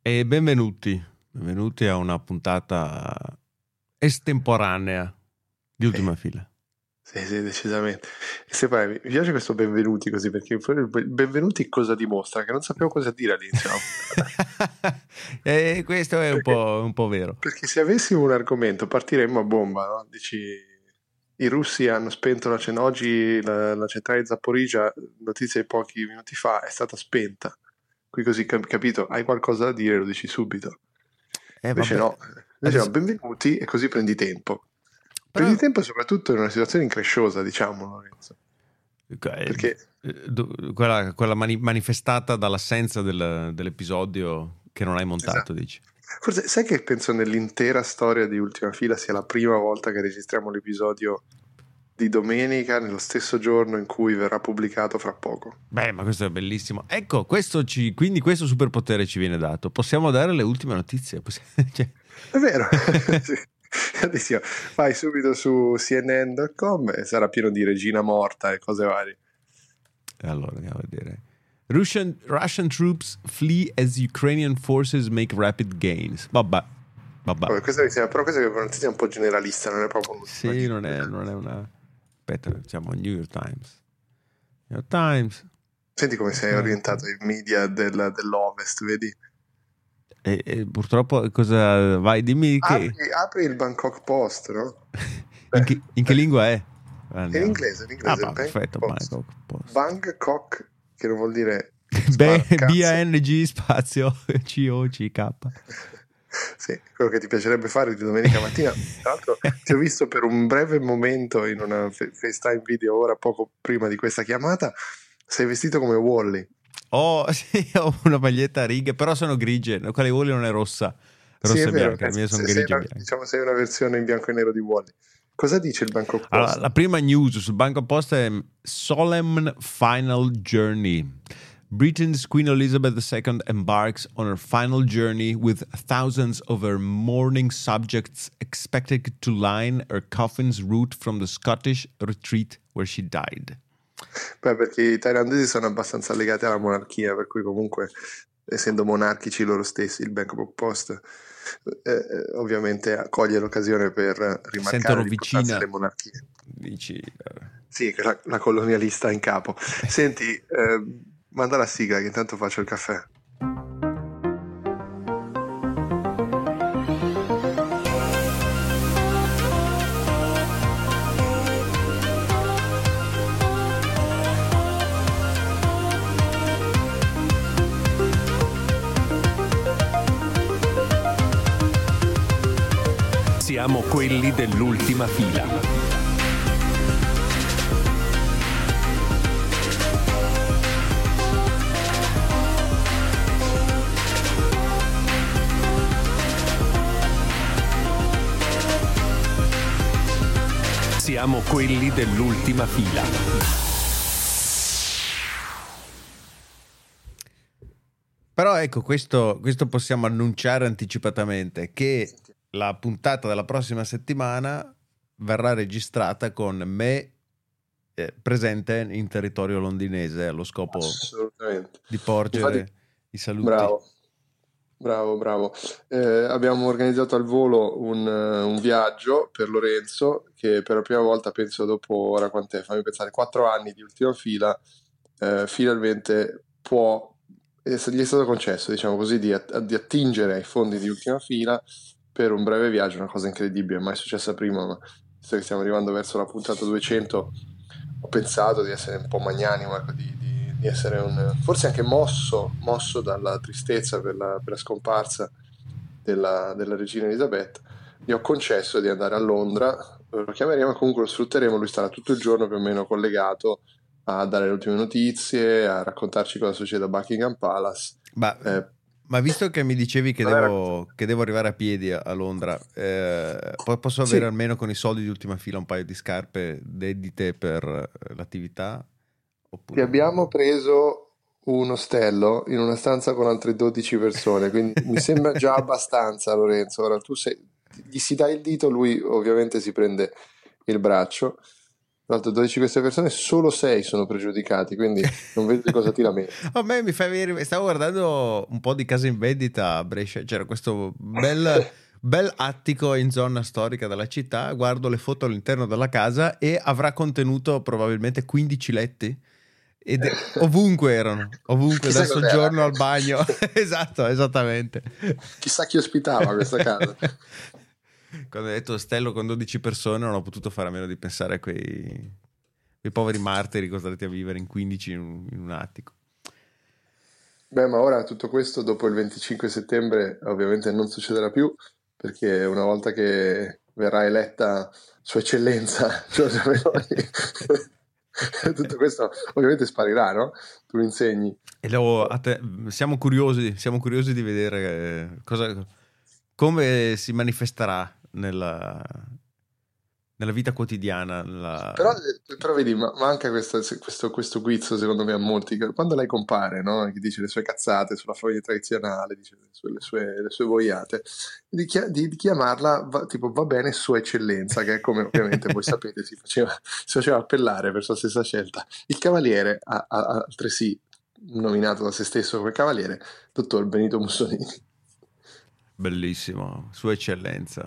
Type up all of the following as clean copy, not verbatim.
E benvenuti a una puntata estemporanea di Ultima Fila. Sì, decisamente. E se poi mi piace questo benvenuti così, perché poi il benvenuti cosa dimostra? Che non sappiamo cosa dire all'inizio della puntata. E questo è Perché, un po' vero. perché se avessimo un argomento partiremmo a bomba, no? Dici, i russi hanno spento oggi la centrale di Zaporizhzhia, notizia di pochi minuti fa, è stata spenta. Qui così, capito, hai qualcosa da dire, lo dici subito. Invece Vabbè, no, benvenuti e così prendi tempo. Prendi però tempo soprattutto in una situazione incresciosa, diciamo, Lorenzo. Perché quella manifestata dall'assenza dell'episodio che non hai montato, esatto. dici. Forse sai che penso nell'intera storia di Ultima Fila sia la prima volta che registriamo l'episodio di domenica nello stesso giorno in cui verrà pubblicato fra poco. Beh, ma questo è bellissimo. Ecco, quindi questo superpotere ci viene dato. Possiamo dare le ultime notizie. Cioè... È vero. Sì. Adesso vai subito su CNN.com e sarà pieno di regina morta e cose varie. Allora, andiamo a vedere. Russian troops flee as Ukrainian forces make rapid gains. Vabbè. Vabbè, però questa è una notizia un po' generalista, non è proprio un'ultima Sì, non è una... Aspetta, siamo a New York Times. New York Times. Senti come sei orientato ai media dell'Ovest, vedi? E purtroppo cosa... Vai, dimmi che... Apri il Bangkok Post, no? In che lingua è? È in inglese, perfetto, Bangkok Bangkok Post. Bangkok, che non vuol dire cazzo. B-A-N-G spazio C-O-C-K. Sì, quello che ti piacerebbe fare di domenica mattina. Tra l'altro ti ho visto per un breve momento in una FaceTime video ora poco prima di questa chiamata. Sei vestito come Wall-E. Oh, sì, ho una maglietta a righe, però sono grigie. Quella di Wall-E non è rossa Sì, è e vero, bianca. Le mie sono grigie e bianche. diciamo sei una versione in bianco e nero di Wall-E. Cosa dice il Bangkok Post? Allora, la prima news sul Bangkok Post è Solemn Final Journey. Britain's Queen Elizabeth II embarks on her final journey with thousands of her mourning subjects expected to line her coffin's route from the Scottish retreat where she died. Beh, perché i thailandesi sono abbastanza legati alla monarchia, per cui comunque, essendo monarchici loro stessi, il Bangkok Post ovviamente accoglie l'occasione per rimarcare l'importanza delle monarchie. Dici... Sì, la colonialista in capo. Senti, manda la sigla che intanto faccio il caffè. Siamo quelli dell'ultima fila. Siamo quelli dell'ultima fila. Però ecco, questo possiamo annunciare anticipatamente che la puntata della prossima settimana verrà registrata con me presente in territorio londinese allo scopo di porgere i saluti. Bravo. Abbiamo organizzato al volo un viaggio per Lorenzo che per la prima volta, penso dopo, ora quant'è? Fammi pensare, 4 anni di ultima fila, finalmente gli è stato concesso, diciamo così, di attingere ai fondi di ultima fila per un breve viaggio, una cosa incredibile, mai successa prima, ma visto che stiamo arrivando verso la puntata 200, ho pensato di essere un po' magnanimo, ecco, di essere forse anche mosso dalla tristezza per la scomparsa della regina Elisabetta. Gli ho concesso di andare a Londra, lo chiameremo, comunque lo sfrutteremo, lui starà tutto il giorno più o meno collegato a dare le ultime notizie, a raccontarci cosa succede a Buckingham Palace. Ma visto che mi dicevi che devo arrivare a piedi a Londra, posso avere almeno con i soldi di ultima fila un paio di scarpe dedite per l'attività? Ti abbiamo preso un ostello in una stanza con altre 12 persone, quindi mi sembra già abbastanza, Lorenzo. Ora gli si dà il dito, lui ovviamente si prende il braccio. Tra l'altro 12 di queste persone, solo 6 sono pregiudicati, quindi non vedo di cosa ti lamenti. A me mi fai venire. Stavo guardando un po' di case in vendita a Brescia. C'era questo bel attico in zona storica della città. Guardo le foto all'interno della casa e avrà contenuto probabilmente 15 letti. Ed ovunque erano, ovunque, Chissà dal cos'era. soggiorno al bagno. Esatto, esattamente. Chissà chi ospitava questa casa. Quando hai detto ostello con 12 persone, non ho potuto fare a meno di pensare a quei poveri martiri costretti a vivere in 15 in un attico. Beh, ma ora tutto questo dopo il 25 settembre ovviamente non succederà più, perché una volta che verrà eletta Sua Eccellenza Giorgia Meloni, tutto questo ovviamente sparirà, no? Tu lo insegni. E siamo curiosi di vedere come si manifesterà nella vita quotidiana. Però vedi, manca questo guizzo secondo me a molti. Quando lei compare, no? Che dice le sue cazzate sulla famiglia tradizionale, dice le sue boiate, di chiamarla tipo va bene Sua Eccellenza, che è come ovviamente voi sapete si faceva appellare per sua stessa scelta. Il cavaliere ha altresì nominato da se stesso come cavaliere dottor Benito Mussolini. Bellissimo, Sua Eccellenza.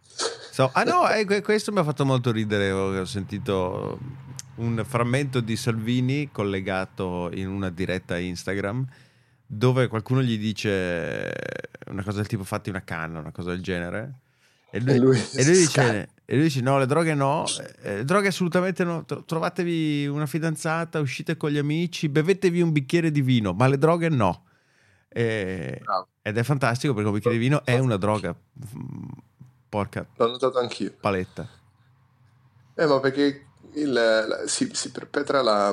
Questo mi ha fatto molto ridere. Ho sentito un frammento di Salvini collegato in una diretta Instagram dove qualcuno gli dice una cosa del tipo fatti una canna, una cosa del genere, e lui dice no, le droghe no, le droghe assolutamente no, trovatevi una fidanzata, uscite con gli amici, bevetevi un bicchiere di vino, ma le droghe no. Ed è fantastico perché un bicchiere di vino è una droga. Porca, l'ho notato anch'io. Paletta. Ma perché si perpetra la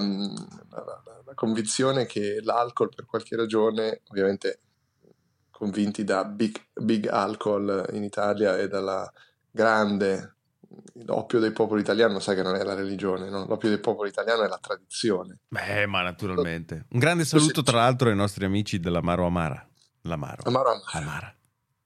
convinzione che l'alcol per qualche ragione, ovviamente convinti da big alcol in Italia e dalla grande l'oppio dei popoli italiano, sai che non è la religione, no? L'oppio dei popoli italiano è la tradizione. Beh, ma naturalmente. Un grande saluto tra l'altro ai nostri amici dell'Amaro Amara. Amara.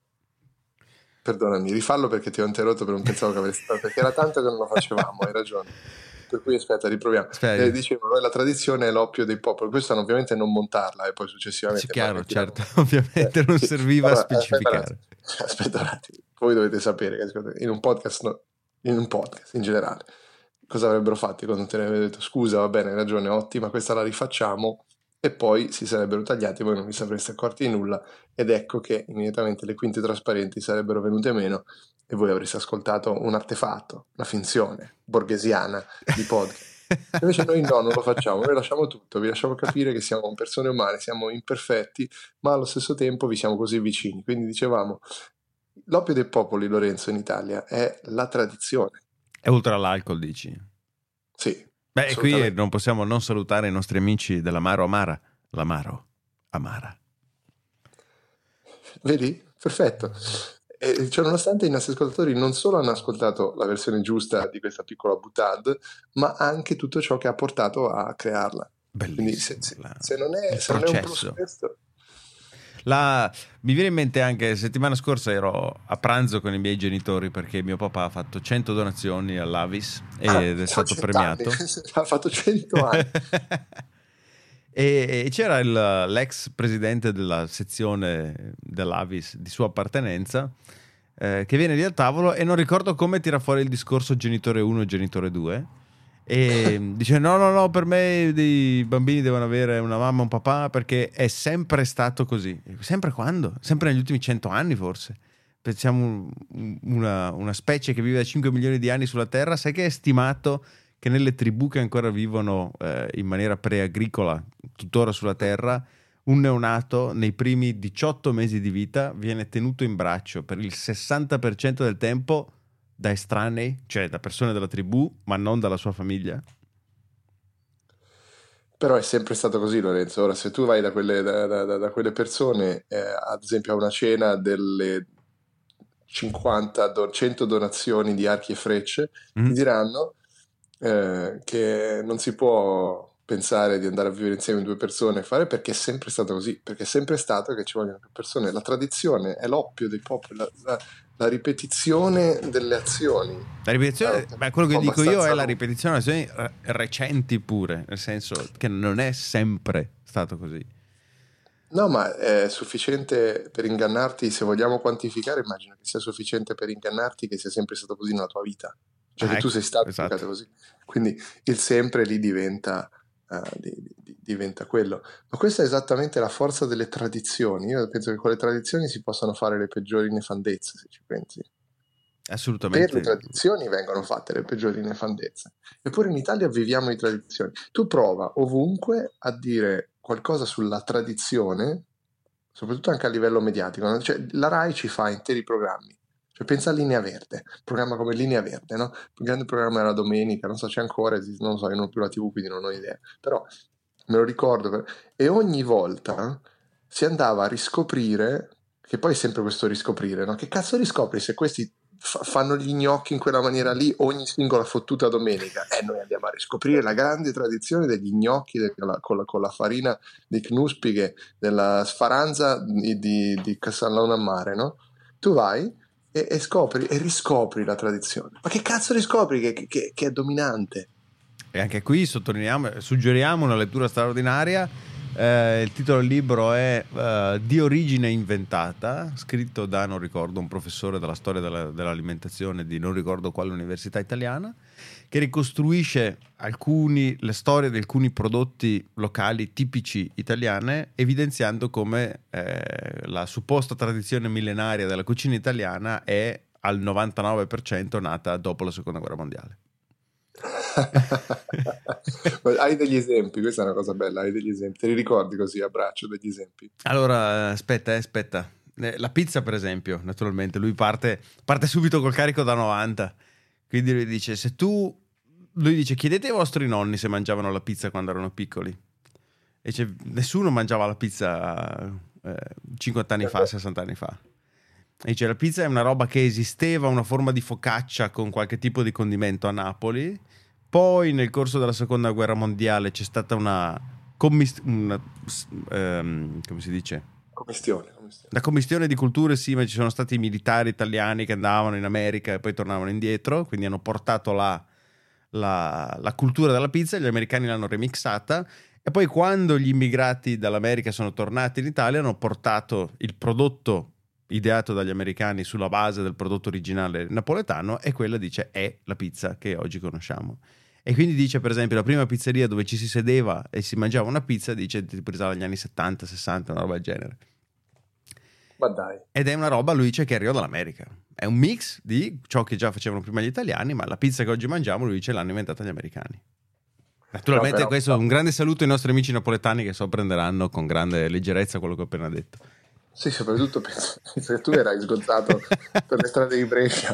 Perdonami, rifallo perché ti ho interrotto per un pensavo che avresti fatto, perché era tanto che non lo facevamo, hai ragione. Per cui aspetta, riproviamo. Dicevo, la tradizione è l'oppio dei popoli, questo ovviamente non montarla e poi successivamente... Sì, chiaro, certo, ovviamente non serviva a specificare. Aspetta un attimo, voi dovete sapere che in un podcast in generale, cosa avrebbero fatto quando te ne avrebbero detto scusa, va bene, hai ragione, ottima, questa la rifacciamo, e poi si sarebbero tagliati, voi non vi sareste accorti di nulla, ed ecco che immediatamente le quinte trasparenti sarebbero venute meno e voi avreste ascoltato un artefatto, una finzione borghesiana di podcast. Invece noi no, non lo facciamo, noi lasciamo tutto, vi lasciamo capire che siamo persone umane, siamo imperfetti, ma allo stesso tempo vi siamo così vicini. Quindi dicevamo, l'oppio dei popoli, Lorenzo, in Italia è la tradizione. E oltre all'alcol, dici? Sì. Beh, qui non possiamo non salutare i nostri amici dell'Amaro Amara. L'Amaro Amara. Vedi? Perfetto. E cioè, nonostante i nostri ascoltatori non solo hanno ascoltato la versione giusta di questa piccola boutade, ma anche tutto ciò che ha portato a crearla. Bellissimo. Quindi se non è un plus questo... Mi viene in mente anche settimana scorsa ero a pranzo con i miei genitori perché mio papà ha fatto 100 donazioni all'Avis ed è stato premiato. Ha fatto 100 anni. E c'era l'ex presidente della sezione dell'Avis di sua appartenenza che viene lì al tavolo e non ricordo come tira fuori il discorso genitore 1 e genitore 2 e dice no, per me i bambini devono avere una mamma e un papà perché è sempre stato così. Sempre quando? Sempre negli ultimi 100 anni forse. Pensiamo una specie che vive da 5 milioni di anni sulla Terra, sai che è stimato che nelle tribù che ancora vivono in maniera preagricola tuttora sulla Terra, un neonato nei primi 18 mesi di vita viene tenuto in braccio per il 60% del tempo da estranei, cioè da persone della tribù, ma non dalla sua famiglia. Però è sempre stato così, Lorenzo. Ora, se tu vai da quelle persone, ad esempio a una cena delle 100 donazioni di archi e frecce, ti diranno che non si può pensare di andare a vivere insieme due persone e fare, perché è sempre stato così, perché è sempre stato che ci vogliono più persone. La tradizione è l'oppio dei popoli, la ripetizione delle azioni. La ripetizione, quello che dico io è la lungo. ripetizione di azioni recenti pure, nel senso che non è sempre stato così. No, ma è sufficiente per ingannarti, se vogliamo quantificare, immagino che sia sufficiente per ingannarti che sia sempre stato così nella tua vita, cioè che tu Ecco, sei stato esatto. educato così. Quindi il sempre lì diventa, diventa quello. Ma questa è esattamente la forza delle tradizioni. Io penso che con le tradizioni si possano fare le peggiori nefandezze, se ci pensi. Per le Assolutamente. tradizioni vengono fatte le peggiori nefandezze. Eppure in Italia viviamo di tradizioni. Tu prova ovunque a dire qualcosa sulla tradizione, soprattutto anche a livello mediatico, no? Cioè, la Rai ci fa interi programmi. Cioè, pensa a Linea Verde, programma come Linea Verde, no? Il grande programma era la domenica, non so, c'è ancora, non so, io non ho più la TV, quindi non ho idea. Però me lo ricordo. E ogni volta si andava a riscoprire, che poi è sempre questo riscoprire, no? Che cazzo riscopri se questi fanno gli gnocchi in quella maniera lì ogni singola fottuta domenica? E noi andiamo a riscoprire la grande tradizione degli gnocchi con la farina di knuspighe, della sfaranza di Casalona a Mare, no? Tu vai e scopri e riscopri la tradizione. Ma che cazzo riscopri che è dominante? E anche qui suggeriamo una lettura straordinaria. Il titolo del libro è Di origine inventata, scritto da, non ricordo, un professore della storia dell'alimentazione di non ricordo quale università italiana, che ricostruisce le storie di alcuni prodotti locali tipici italiane, evidenziando come la supposta tradizione millenaria della cucina italiana è al 99% nata dopo la seconda guerra mondiale. Hai degli esempi? Questa è una cosa bella, hai degli esempi, te li ricordi così a braccio degli esempi? Allora, aspetta. La pizza, per esempio, naturalmente, lui parte subito col carico da 90. Quindi lui dice, chiedete ai vostri nonni se mangiavano la pizza quando erano piccoli. E dice, nessuno mangiava la pizza 50 anni fa, 60 anni fa. E dice, la pizza è una roba che esisteva, una forma di focaccia con qualche tipo di condimento a Napoli. Poi nel corso della seconda guerra mondiale c'è stata come si dice? Commistione. La commistione di culture, sì, ma ci sono stati i militari italiani che andavano in America e poi tornavano indietro, quindi hanno portato la cultura della pizza, gli americani l'hanno remixata e poi quando gli immigrati dall'America sono tornati in Italia hanno portato il prodotto ideato dagli americani sulla base del prodotto originale napoletano e quella dice è la pizza che oggi conosciamo. E quindi dice, per esempio, la prima pizzeria dove ci si sedeva e si mangiava una pizza, dice, tipo risale agli anni 70, 60, una roba del genere. Ma dai. Ed è una roba, lui dice, che arriva dall'America. È un mix di ciò che già facevano prima gli italiani, ma la pizza che oggi mangiamo, lui dice, l'hanno inventata gli americani. Naturalmente, No, però, questo è un grande saluto ai nostri amici napoletani che so prenderanno con grande leggerezza quello che ho appena detto. Sì, soprattutto penso che tu erai sgozzato per le strade di Brescia.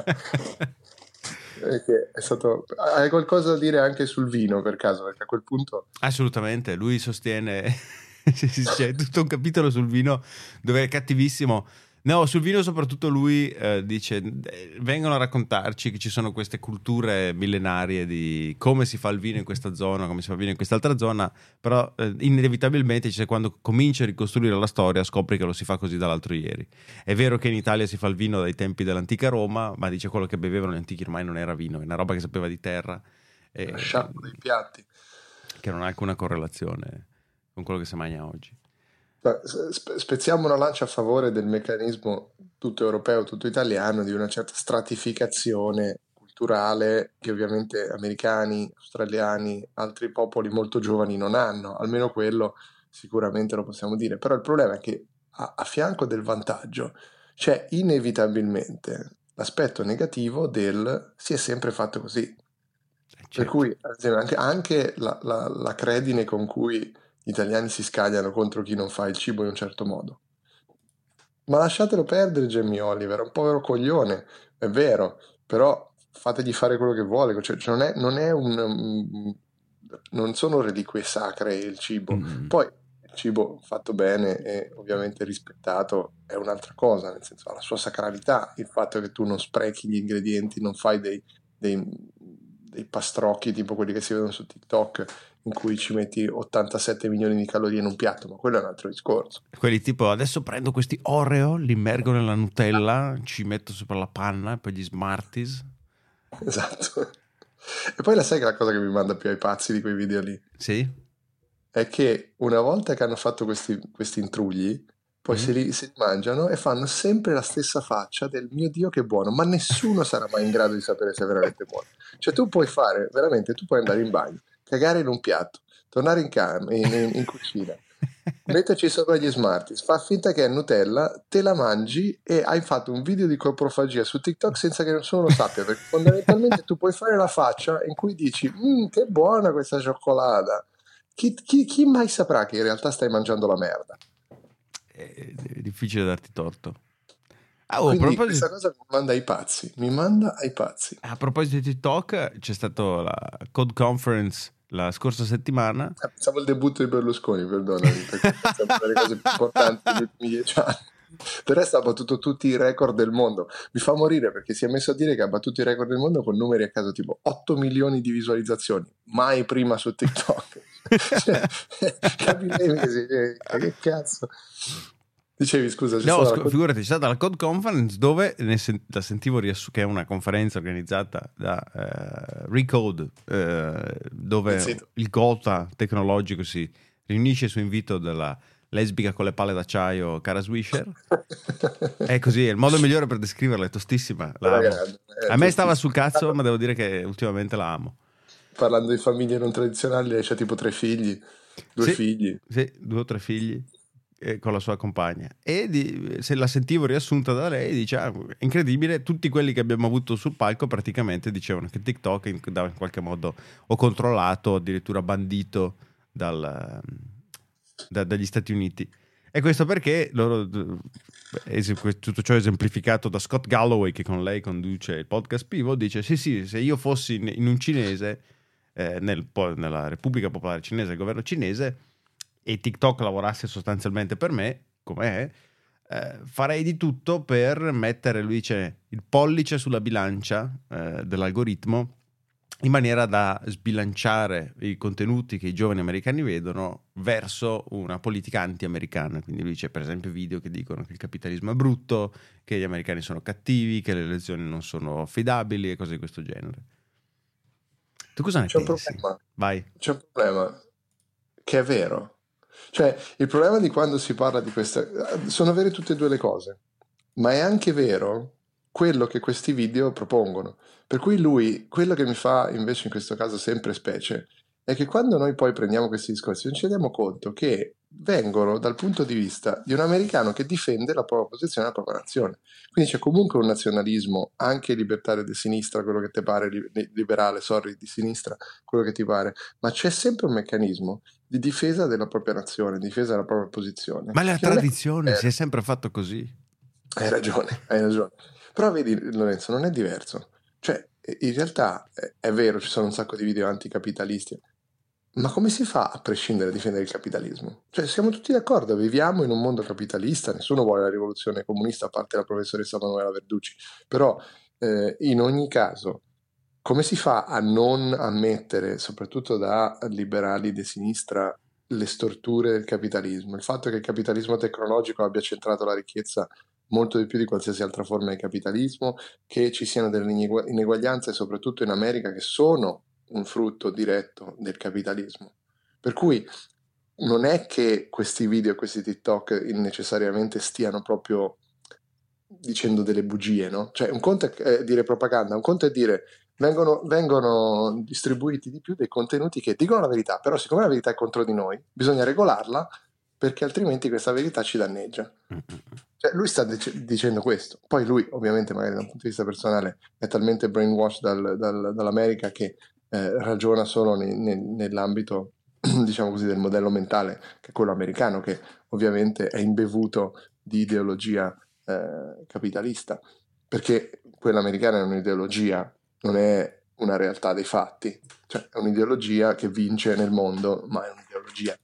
Che è stato... Hai qualcosa da dire anche sul vino, per caso? Perché a quel punto... Assolutamente, lui sostiene c'è tutto un capitolo sul vino dove è cattivissimo. No, sul vino soprattutto lui dice, vengono a raccontarci che ci sono queste culture millenarie di come si fa il vino in questa zona, come si fa il vino in quest'altra zona, però inevitabilmente quando cominci a ricostruire la storia scopri che lo si fa così dall'altro ieri. È vero che in Italia si fa il vino dai tempi dell'antica Roma, ma dice quello che bevevano gli antichi ormai non era vino, è una roba che sapeva di terra. La sciarpa dei piatti. Che non ha alcuna correlazione con quello che si mangia oggi. Spezziamo una lancia a favore del meccanismo tutto europeo, tutto italiano, di una certa stratificazione culturale che ovviamente americani, australiani, altri popoli molto giovani non hanno, almeno quello sicuramente lo possiamo dire, però il problema è che a fianco del vantaggio c'è inevitabilmente l'aspetto negativo del si è sempre fatto così. Per cui ad esempio, anche la credine con cui gli italiani si scagliano contro chi non fa il cibo in un certo modo. Ma lasciatelo perdere Jamie Oliver, è un povero coglione, è vero, però fategli fare quello che vuole, cioè, non sono reliquie sacre il cibo. Poi il cibo fatto bene e ovviamente rispettato è un'altra cosa, nel senso ha la sua sacralità, il fatto che tu non sprechi gli ingredienti, non fai dei pastrocchi tipo quelli che si vedono su TikTok, in cui ci metti 87 milioni di calorie in un piatto, ma quello è un altro discorso. Quelli tipo, adesso prendo questi Oreo, li immergo nella Nutella, ci metto sopra la panna e poi gli Smarties. Esatto. E poi sai che la cosa che mi manda più ai pazzi di quei video lì Sì? è che una volta che hanno fatto questi intrugli, poi se li mangiano e fanno sempre la stessa faccia del mio Dio che buono, ma nessuno sarà mai in grado di sapere se è veramente buono. Cioè tu puoi fare, veramente, tu puoi andare in bagno, cagare in un piatto, tornare in cucina, metterci sopra gli Smarties, fa finta che è Nutella, te la mangi e hai fatto un video di coprofagia su TikTok senza che nessuno lo sappia, perché fondamentalmente tu puoi fare la faccia in cui dici che buona questa cioccolata. Chi mai saprà che in realtà stai mangiando la merda? È difficile darti torto. Quindi questa cosa mi manda ai pazzi. A proposito di TikTok, c'è stata la Code Conference la scorsa settimana. Pensavo il debutto di Berlusconi, perdonami, perché è una delle cose più importanti degli ultimi 10 anni. Del resto ha battuto tutti i record del mondo. Mi fa morire perché si è messo a dire che ha battuto i record del mondo con numeri a caso tipo 8 milioni di visualizzazioni, mai prima su TikTok. Che cazzo. Dicevi, scusa, figurati, c'è stata la Code Conference dove la sentivo che è una conferenza organizzata da Recode, dove il gota tecnologico si riunisce su invito della lesbica con le palle d'acciaio Kara Swisher. È così, è il modo migliore per descriverla, è tostissima, la amo. A me stava sul cazzo, ma devo dire che ultimamente la amo. Parlando di famiglie non tradizionali, c'ha tipo 3 figli, 2 figli. Sì, 2 o 3 figli con la sua compagna. E se la sentivo riassunta da lei, dice: è incredibile, tutti quelli che abbiamo avuto sul palco praticamente dicevano che TikTok in qualche modo o controllato o addirittura bandito dagli Stati Uniti. E questo perché tutto ciò è esemplificato da Scott Galloway, che con lei conduce il podcast Pivo. Dice: sì, se io fossi in un cinese, nella Repubblica Popolare Cinese, il governo cinese, e TikTok lavorasse sostanzialmente per me, come è, farei di tutto per mettere, lui dice, il pollice sulla bilancia dell'algoritmo, in maniera da sbilanciare i contenuti che i giovani americani vedono verso una politica anti-americana. Quindi lui dice, per esempio, video che dicono che il capitalismo è brutto, che gli americani sono cattivi, che le elezioni non sono affidabili e cose di questo genere. Tu cosa ne pensi? C'è un problema che è vero. Cioè, il problema di quando si parla di queste... Sono vere tutte e due le cose, ma è anche vero quello che questi video propongono. Per cui lui, quello che mi fa invece in questo caso sempre specie, è che quando noi poi prendiamo questi discorsi non ci rendiamo conto che vengono dal punto di vista di un americano che difende la propria posizione e la propria nazione. Quindi c'è comunque un nazionalismo, anche libertario di sinistra, quello che ti pare, liberale, di sinistra, quello che ti pare, ma c'è sempre un meccanismo di difesa della propria nazione, di difesa della propria posizione. Ma la tradizione si è sempre fatto così. Hai ragione. Però vedi, Lorenzo, non è diverso. Cioè, in realtà è vero, ci sono un sacco di video anticapitalisti, ma come si fa a prescindere a difendere il capitalismo? Cioè, siamo tutti d'accordo, viviamo in un mondo capitalista, nessuno vuole la rivoluzione comunista, a parte la professoressa Manuela Verducci, però in ogni caso, come si fa a non ammettere, soprattutto da liberali di sinistra, le storture del capitalismo? Il fatto che il capitalismo tecnologico abbia centrato la ricchezza molto di più di qualsiasi altra forma di capitalismo, che ci siano delle ineguaglianze, soprattutto in America, che sono un frutto diretto del capitalismo. Per cui non è che questi video e questi TikTok necessariamente stiano proprio dicendo delle bugie, no? Cioè, un conto è dire propaganda, un conto è dire vengono distribuiti di più dei contenuti che dicono la verità, però siccome la verità è contro di noi, bisogna regolarla, perché altrimenti questa verità ci danneggia. Cioè, lui sta dicendo questo. Poi lui, ovviamente, magari da un punto di vista personale, è talmente brainwashed dall'America che ragiona solo nell'ambito, diciamo così, del modello mentale, che è quello americano, che ovviamente è imbevuto di ideologia capitalista, perché quella americana è un'ideologia, non è una realtà dei fatti. Cioè, è un'ideologia che vince nel mondo, ma è un'ideologia.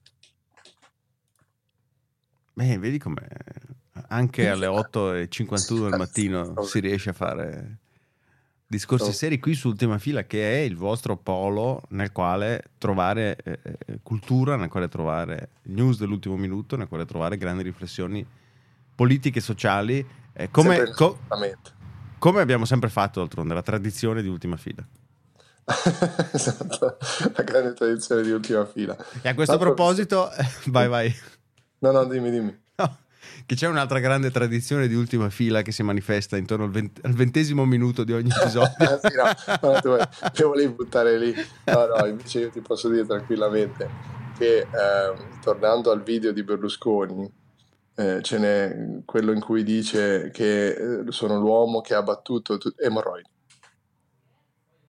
Vedi come anche alle 8:51 del mattino si riesce a fare discorsi seri qui su Ultima Fila, che è il vostro polo nel quale trovare cultura, nel quale trovare news dell'ultimo minuto, nel quale trovare grandi riflessioni politiche e sociali, come abbiamo sempre fatto d'altronde, la tradizione di Ultima Fila. Esatto, la grande tradizione di Ultima Fila. E a questo proposito, vai. No, dimmi. No, che c'è un'altra grande tradizione di Ultima Fila che si manifesta intorno al 20° minuto di ogni episodio. Sì, no, ti volevi buttare lì. No, invece io ti posso dire tranquillamente che tornando al video di Berlusconi, ce n'è quello in cui dice che sono l'uomo che ha battuto emorroidi.